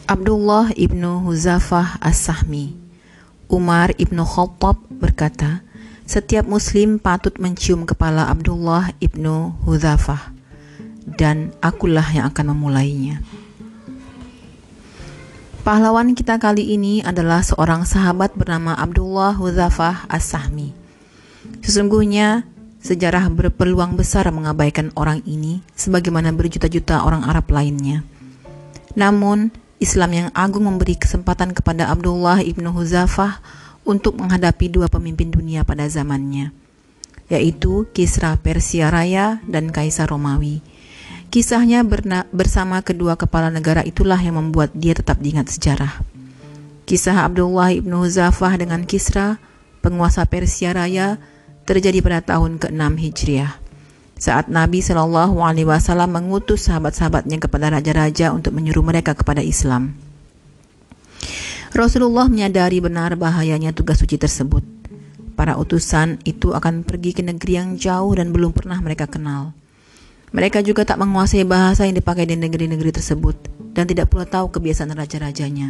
Abdullah ibnu Huzafah As-Sahmi. Umar ibnu Khattab berkata, setiap muslim patut mencium kepala Abdullah ibnu Huzafah, dan akulah yang akan memulainya. Pahlawan kita kali ini adalah seorang sahabat bernama Abdullah Huzafah As-Sahmi. Sesungguhnya sejarah berpeluang besar mengabaikan orang ini sebagaimana berjuta-juta orang Arab lainnya. Namun Islam yang agung memberi kesempatan kepada Abdullah ibnu Huzafah untuk menghadapi dua pemimpin dunia pada zamannya, yaitu Kisra Persia Raya dan Kaisar Romawi. Kisahnya bersama kedua kepala negara itulah yang membuat dia tetap diingat sejarah. Kisah Abdullah ibnu Huzafah dengan Kisra, penguasa Persia Raya, terjadi pada tahun ke-6 Hijriah, saat Nabi SAW mengutus sahabat-sahabatnya kepada raja-raja untuk menyuruh mereka kepada Islam. Rasulullah menyadari benar bahayanya tugas suci tersebut. Para utusan itu akan pergi ke negeri yang jauh dan belum pernah mereka kenal. Mereka juga tak menguasai bahasa yang dipakai di negeri-negeri tersebut dan tidak pula tahu kebiasaan raja-rajanya.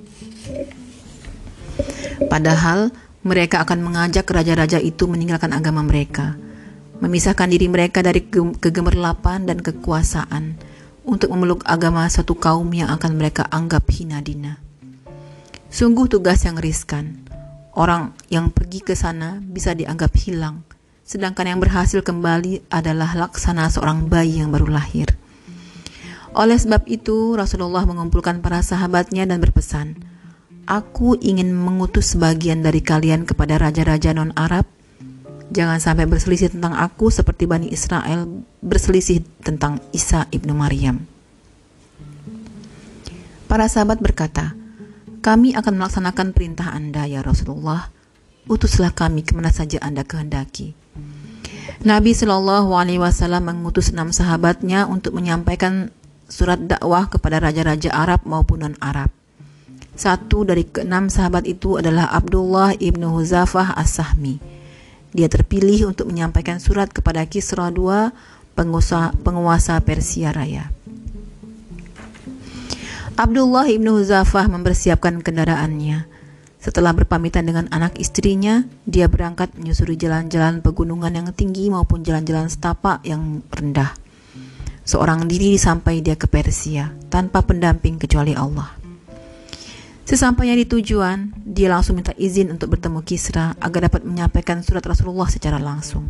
Padahal mereka akan mengajak raja-raja itu meninggalkan agama mereka, memisahkan diri mereka dari kegemerlapan dan kekuasaan untuk memeluk agama suatu kaum yang akan mereka anggap hina dina. Sungguh tugas yang riskan. Orang yang pergi ke sana bisa dianggap hilang, sedangkan yang berhasil kembali adalah laksana seorang bayi yang baru lahir. Oleh sebab itu, Rasulullah mengumpulkan para sahabatnya dan berpesan, "Aku ingin mengutus sebagian dari kalian kepada raja-raja non-Arab. Jangan sampai berselisih tentang aku seperti Bani Israel berselisih tentang Isa ibnu Maryam." Para sahabat berkata, "Kami akan melaksanakan perintah Anda, ya Rasulullah. Utuslah kami kemana saja Anda kehendaki." Nabi SAW mengutus 6 sahabatnya untuk menyampaikan surat dakwah kepada raja-raja Arab maupun non-Arab. Satu dari ke-6 sahabat itu adalah Abdullah ibnu Huzafah As-Sahmi. Dia terpilih untuk menyampaikan surat kepada Kisra II, penguasa Persia Raya. Abdullah ibnu Huzafah mempersiapkan kendaraannya. Setelah berpamitan dengan anak istrinya, dia berangkat menyusuri jalan-jalan pegunungan yang tinggi maupun jalan-jalan setapak yang rendah. Seorang diri sampai dia ke Persia, tanpa pendamping kecuali Allah. Sesampainya di tujuan, dia langsung minta izin untuk bertemu Kisra agar dapat menyampaikan surat Rasulullah secara langsung.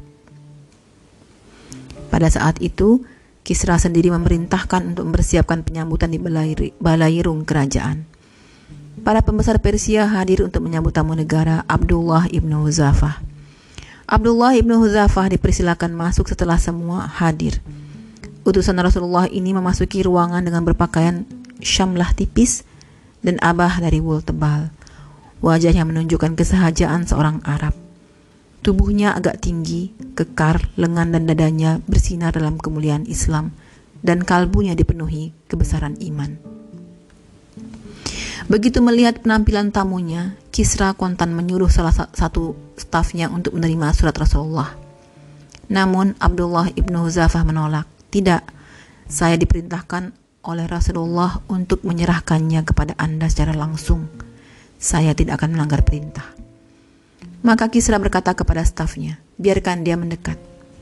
Pada saat itu, Kisra sendiri memerintahkan untuk mempersiapkan penyambutan di balairung kerajaan. Para pembesar Persia hadir untuk menyambut tamu negara Abdullah ibnu Huzafah. Abdullah ibnu Huzafah dipersilakan masuk setelah semua hadir. Utusan Rasulullah ini memasuki ruangan dengan berpakaian syamlah tipis dan abah dari wul tebal. Wajahnya menunjukkan kesahajaan seorang Arab. Tubuhnya agak tinggi, kekar, lengan dan dadanya bersinar dalam kemuliaan Islam, dan kalbunya dipenuhi kebesaran iman. Begitu melihat penampilan tamunya, Kisra kontan menyuruh salah satu stafnya untuk menerima surat Rasulullah. Namun Abdullah ibnu Huzafah menolak. "Tidak, saya diperintahkan oleh Rasulullah untuk menyerahkannya kepada Anda secara langsung. Saya tidak akan melanggar perintah." Maka Kisra berkata kepada stafnya, "Biarkan dia mendekat."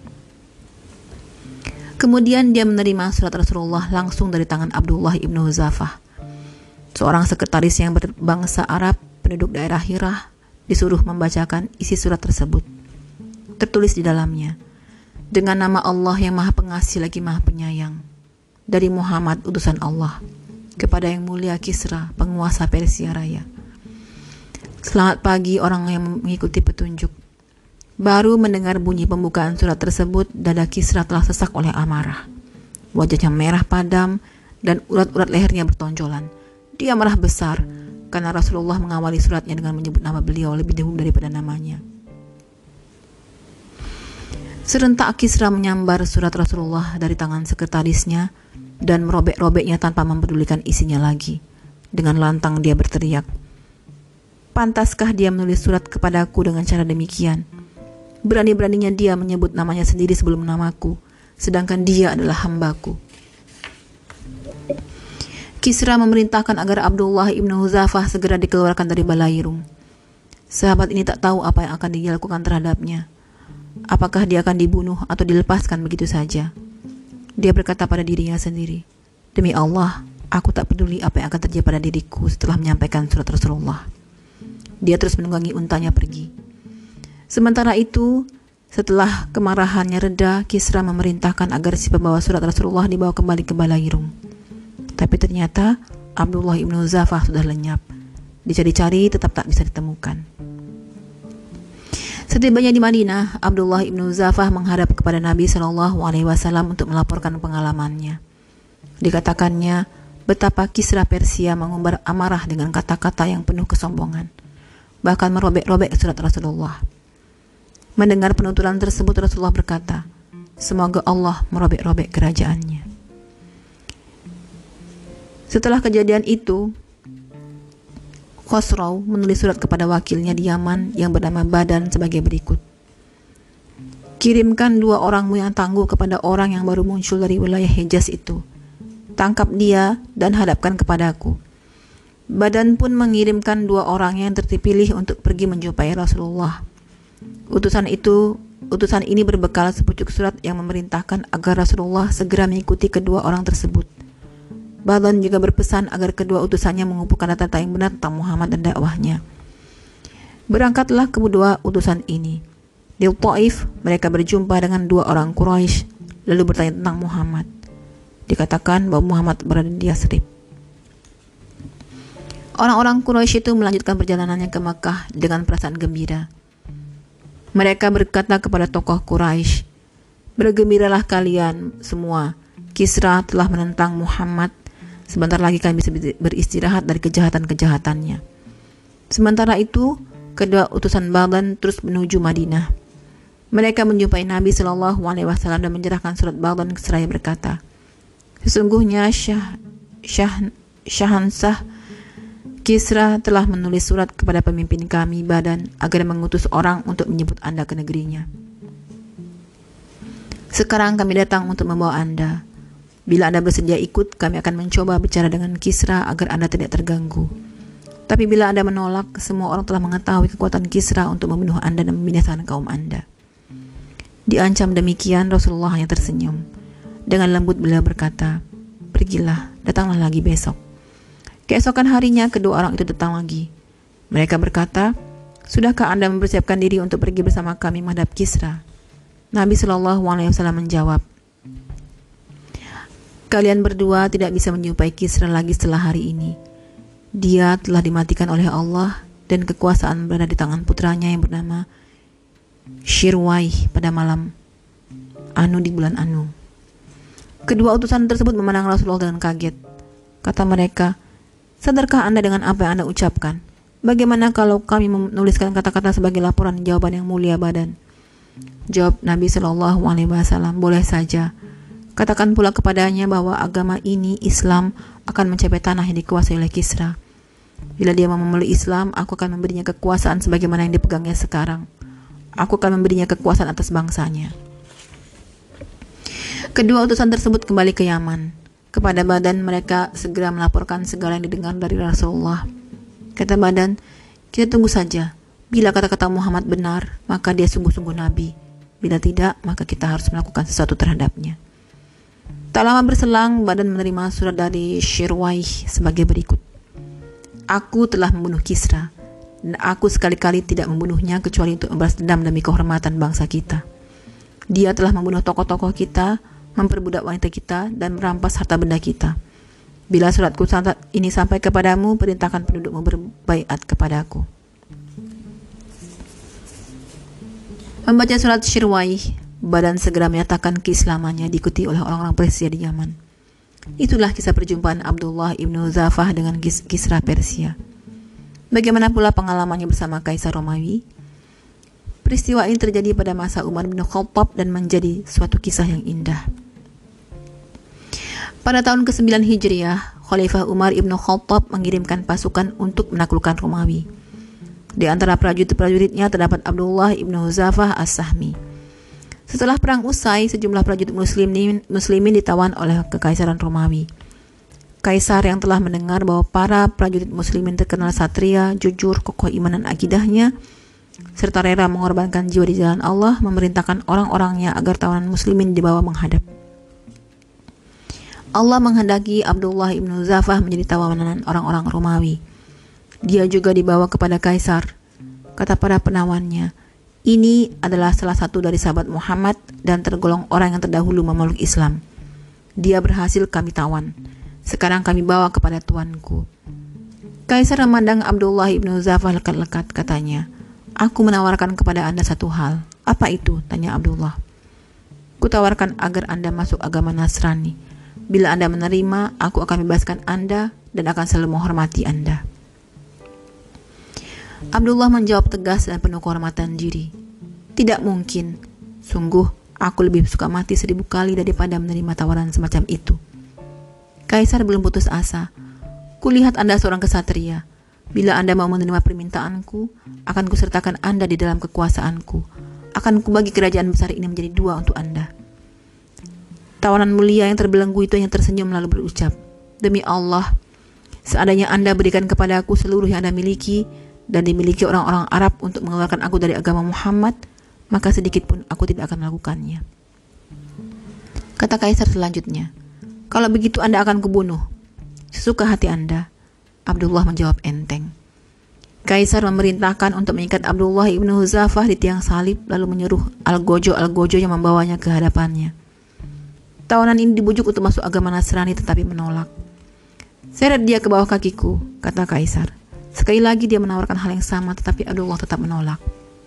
Kemudian dia menerima surat Rasulullah langsung dari tangan Abdullah ibnu Huzafah. Seorang sekretaris yang berbangsa Arab, penduduk daerah Hirah, disuruh membacakan isi surat tersebut. Tertulis di dalamnya, "Dengan nama Allah yang Maha Pengasih lagi Maha Penyayang, dari Muhammad utusan Allah, kepada yang mulia Kisra, penguasa Persia Raya. Selamat pagi orang yang mengikuti petunjuk." Baru mendengar bunyi pembukaan surat tersebut, dada Kisra telah sesak oleh amarah. Wajahnya merah padam dan urat-urat lehernya bertonjolan. Dia marah besar karena Rasulullah mengawali suratnya dengan menyebut nama beliau lebih dahulu daripada namanya. Serentak Kisra menyambar surat Rasulullah dari tangan sekretarisnya dan merobek-robeknya tanpa mempedulikan isinya lagi. Dengan lantang dia berteriak, "Pantaskah dia menulis surat kepadaku dengan cara demikian? Berani-beraninya dia menyebut namanya sendiri sebelum namaku, sedangkan dia adalah hambaku." Kisra memerintahkan agar Abdullah ibnu Huzafah segera dikeluarkan dari Balairung. Sahabat ini tak tahu apa yang akan dilakukan terhadapnya. Apakah dia akan dibunuh atau dilepaskan begitu saja? Dia berkata pada dirinya sendiri, "Demi Allah, aku tak peduli apa yang akan terjadi pada diriku setelah menyampaikan surat Rasulullah." Dia terus menunggangi untanya pergi. Sementara itu, setelah kemarahannya reda, Kisra memerintahkan agar si pembawa surat Rasulullah dibawa kembali ke Balairung. Tapi ternyata Abdullah ibnu Zafah sudah lenyap. Dicari-cari tetap tak bisa ditemukan. Setibanya di Madinah, Abdullah ibnu Zafah menghadap kepada Nabi SAW untuk melaporkan pengalamannya. Dikatakannya betapa Kisra Persia mengumbar amarah dengan kata-kata yang penuh kesombongan, bahkan merobek-robek surat Rasulullah. Mendengar penuturan tersebut, Rasulullah berkata, "Semoga Allah merobek-robek kerajaannya." Setelah kejadian itu, Khosrow menulis surat kepada wakilnya di Yaman yang bernama Badan sebagai berikut. "Kirimkan 2 orangmu yang tangguh kepada orang yang baru muncul dari wilayah Hijaz itu. Tangkap dia dan hadapkan kepadaku." Badan pun mengirimkan 2 orang yang terpilih untuk pergi menjumpai Rasulullah. Utusan ini berbekal sepucuk surat yang memerintahkan agar Rasulullah segera mengikuti kedua orang tersebut. Badan juga berpesan agar kedua utusannya mengumpulkan data yang benar tentang Muhammad dan dakwahnya. Berangkatlah kedua utusan ini. Di Taif, mereka berjumpa dengan 2 orang Quraisy, lalu bertanya tentang Muhammad. Dikatakan bahwa Muhammad berada di Yasrib. Orang-orang Quraisy itu melanjutkan perjalanannya ke Makkah dengan perasaan gembira. Mereka berkata kepada tokoh Quraisy, "Bergembiralah kalian semua, Kisra telah menentang Muhammad. Sebentar lagi kami bisa beristirahat dari kejahatan-kejahatannya." Sementara itu, kedua utusan Badan terus menuju Madinah. Mereka menjumpai Nabi SAW dan menyerahkan surat Badan seraya berkata, "Sesungguhnya Syahansah Kisra telah menulis surat kepada pemimpin kami Badan agar mengutus orang untuk menjemput Anda ke negerinya. Sekarang kami datang untuk membawa Anda. Bila Anda bersedia ikut, kami akan mencoba bicara dengan Kisra agar Anda tidak terganggu. Tapi bila Anda menolak, semua orang telah mengetahui kekuatan Kisra untuk membunuh Anda dan membinasakan kaum Anda." Diancam demikian, Rasulullah hanya tersenyum. Dengan lembut beliau berkata, "Pergilah, datanglah lagi besok." Keesokan harinya, kedua orang itu datang lagi. Mereka berkata, "Sudahkah Anda mempersiapkan diri untuk pergi bersama kami menghadap Kisra?" Nabi SAW menjawab, "Kalian berdua tidak bisa menjumpai Kisra lagi setelah hari ini. Dia telah dimatikan oleh Allah dan kekuasaan berada di tangan putranya yang bernama Shirwai pada malam Anu di bulan Anu." Kedua utusan tersebut memandang Rasulullah dengan kaget. Kata mereka, "Sadarkah Anda dengan apa yang Anda ucapkan? Bagaimana kalau kami menuliskan kata-kata sebagai laporan jawaban yang mulia Badan?" Jawab Nabi SAW, "Boleh saja. Katakan pula kepadanya bahwa agama ini, Islam, akan mencapai tanah yang dikuasai oleh Kisra. Bila dia mau memeluk Islam, aku akan memberinya kekuasaan sebagaimana yang dipegangnya sekarang. Aku akan memberinya kekuasaan atas bangsanya." Kedua utusan tersebut kembali ke Yaman. Kepada Badan, mereka segera melaporkan segala yang didengar dari Rasulullah. Kata Badan, "Kita tunggu saja. Bila kata-kata Muhammad benar, maka dia sungguh-sungguh Nabi. Bila tidak, maka kita harus melakukan sesuatu terhadapnya." Tak lama berselang, Badan menerima surat dari Shirwai sebagai berikut. "Aku telah membunuh Kisra, dan aku sekali-kali tidak membunuhnya kecuali untuk membalas dendam demi kehormatan bangsa kita. Dia telah membunuh tokoh-tokoh kita, memperbudak wanita kita, dan merampas harta benda kita. Bila suratku ini sampai kepadamu, perintahkan pendudukmu berbaiat kepadaku." Membaca surat Shirwai, Badan segera menyatakan keislamannya, diikuti oleh orang-orang Persia di Yaman. Itulah kisah perjumpaan Abdullah ibnu Zafah dengan Kisra Persia. Bagaimana pula pengalamannya bersama Kaisar Romawi? Peristiwa ini terjadi pada masa Umar bin Khattab dan menjadi suatu kisah yang indah. Pada tahun ke-9 Hijriah, Khalifah Umar ibn Khattab mengirimkan pasukan untuk menaklukkan Romawi. Di antara prajurit-prajuritnya terdapat Abdullah ibn Huzafah as-Sahmi. Setelah perang usai, sejumlah prajurit muslimin ditawan oleh Kekaisaran Romawi. Kaisar yang telah mendengar bahwa para prajurit muslimin terkenal satria, jujur, kokoh iman dan akidahnya, serta rela mengorbankan jiwa di jalan Allah, memerintahkan orang-orangnya agar tawanan muslimin dibawa menghadap. Allah menghendaki Abdullah ibn Huzafah menjadi tawanan orang-orang Romawi. Dia juga dibawa kepada Kaisar. Kata para penawannya, ini adalah salah satu dari sahabat Muhammad dan tergolong orang yang terdahulu memeluk Islam. Dia berhasil kami tawan. Sekarang kami bawa kepada tuanku. Kaisar memandang Abdullah ibn Huzafah lekat-lekat, katanya, aku menawarkan kepada Anda satu hal. Apa itu? Tanya Abdullah. Kutawarkan agar Anda masuk agama Nasrani. Bila Anda menerima, aku akan bebaskan Anda dan akan selalu menghormati Anda. Abdullah menjawab tegas dan penuh kehormatan diri. Tidak mungkin. Sungguh, aku lebih suka mati 1000 kali daripada menerima tawaran semacam itu. Kaisar belum putus asa. Kulihat Anda seorang kesatria. Bila Anda mau menerima permintaanku, akan kusertakan Anda di dalam kekuasaanku. Akan kubagi kerajaan besar ini menjadi 2 untuk Anda. Tawanan mulia yang terbelenggu itu hanya tersenyum lalu berucap, demi Allah, seandainya Anda berikan kepadaku seluruh yang Anda miliki dan dimiliki orang-orang Arab untuk mengeluarkan aku dari agama Muhammad, maka sedikit pun aku tidak akan melakukannya. Kata Kaisar selanjutnya, kalau begitu Anda akan kubunuh. Sesuka hati Anda. Abdullah menjawab enteng. Kaisar memerintahkan untuk mengikat Abdullah ibn Huzafah di tiang salib, lalu menyuruh Al-Gojo yang membawanya ke hadapannya. Tawanan ini dibujuk untuk masuk agama Nasrani tetapi menolak. Seret dia ke bawah kakiku, kata Kaisar. Sekali lagi dia menawarkan hal yang sama tetapi Abdullah tetap menolak.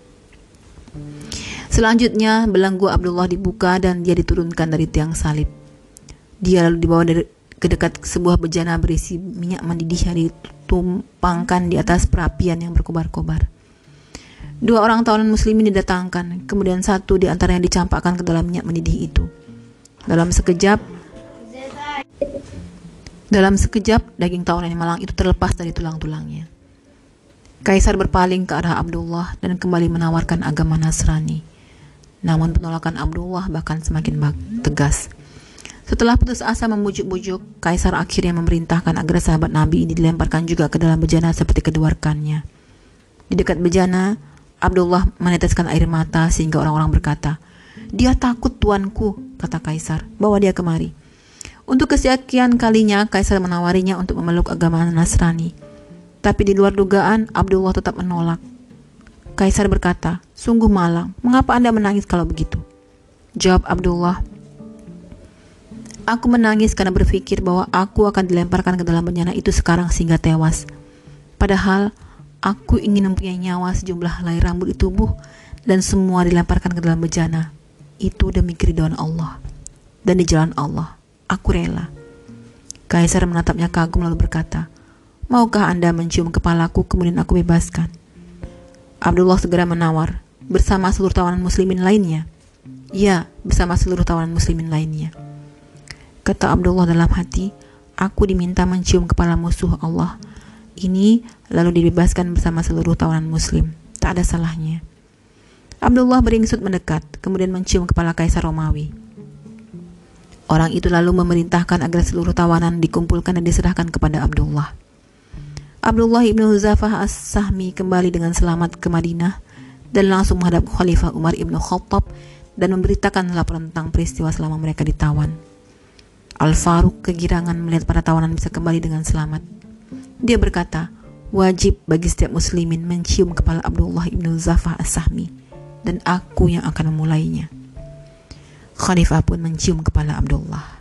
Selanjutnya belenggu Abdullah dibuka dan dia diturunkan dari tiang salib. Dia lalu dibawa ke dekat sebuah bejana berisi minyak mendidih yang ditumpangkan di atas perapian yang berkobar-kobar. 2 orang tawanan muslimin didatangkan, kemudian satu di antaranya dicampakkan ke dalam minyak mendidih itu. Dalam sekejap, daging tawanan yang malang itu terlepas dari tulang-tulangnya. Kaisar berpaling ke arah Abdullah dan kembali menawarkan agama Nasrani. Namun penolakan Abdullah bahkan semakin tegas. Setelah putus asa membujuk-bujuk, Kaisar akhirnya memerintahkan agar sahabat Nabi ini dilemparkan juga ke dalam bejana seperti kedua rekannya. Di dekat bejana, Abdullah meneteskan air mata sehingga orang-orang berkata, dia takut tuanku, kata Kaisar, bawa dia kemari. Untuk kesekian kalinya, Kaisar menawarinya untuk memeluk agama Nasrani. Tapi di luar dugaan, Abdullah tetap menolak. Kaisar berkata, sungguh malang, mengapa Anda menangis kalau begitu? Jawab Abdullah, aku menangis karena berpikir bahwa aku akan dilemparkan ke dalam bejana itu sekarang sehingga tewas. Padahal, aku ingin mempunyai nyawa sejumlah helai rambut di tubuh dan semua dilemparkan ke dalam bejana. Itu demi keridhaan Allah. Dan di jalan Allah, aku rela. Kaisar menatapnya kagum lalu berkata, maukah Anda mencium kepalaku kemudian aku bebaskan? Abdullah segera menawar, bersama seluruh tawanan muslimin lainnya. Ya, bersama seluruh tawanan muslimin lainnya. Kata Abdullah dalam hati, aku diminta mencium kepala musuh Allah ini lalu dibebaskan bersama seluruh tawanan muslim. Tak ada salahnya. Abdullah beringsut mendekat, kemudian mencium kepala Kaisar Romawi. Orang itu lalu memerintahkan agar seluruh tawanan dikumpulkan dan diserahkan kepada Abdullah. Abdullah ibn Huzafah as-Sahmi kembali dengan selamat ke Madinah dan langsung menghadap Khalifah Umar ibn Khattab dan memberitakan laporan tentang peristiwa selama mereka ditawan. Al-Faruq kegirangan melihat para tawanan bisa kembali dengan selamat. Dia berkata, wajib bagi setiap muslimin mencium kepala Abdullah ibn Huzafah as-Sahmi dan aku yang akan memulainya. Khalifah pun mencium kepala Abdullah.